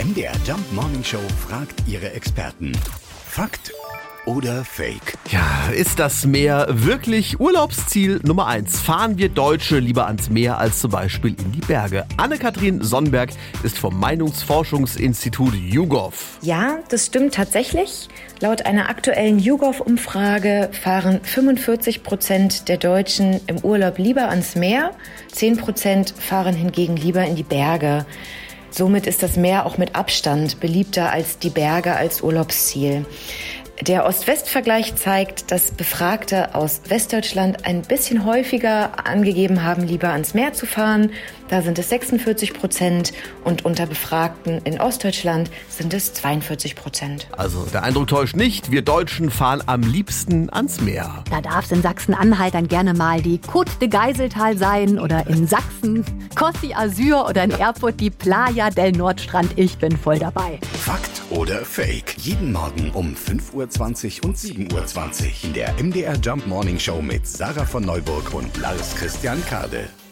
MDR Jump Morning Show fragt ihre Experten. Fakt oder Fake? Ja, ist das Meer wirklich Urlaubsziel Nummer 1? Fahren wir Deutsche lieber ans Meer als zum Beispiel in die Berge? Anne-Kathrin Sonnenberg ist vom Meinungsforschungsinstitut YouGov. Ja, das stimmt tatsächlich. Laut einer aktuellen YouGov-Umfrage fahren 45% der Deutschen im Urlaub lieber ans Meer, 10% fahren hingegen lieber in die Berge. Somit ist das Meer auch mit Abstand beliebter als die Berge als Urlaubsziel. Der Ost-West-Vergleich zeigt, dass Befragte aus Westdeutschland ein bisschen häufiger angegeben haben, lieber ans Meer zu fahren. Da sind es 46% und unter Befragten in Ostdeutschland sind es 42%. Also der Eindruck täuscht nicht, wir Deutschen fahren am liebsten ans Meer. Da darf es in Sachsen-Anhalt dann gerne mal die Côte de Geiseltal sein oder in Sachsen Côte d'Azur oder in Erfurt die Playa del Nordstrand. Ich bin voll dabei. Fakt oder Fake? Jeden Morgen um 5:20 Uhr und 7:20 Uhr in der MDR Jump Morning Show mit Sarah von Neuburg und Lars Christian Kade.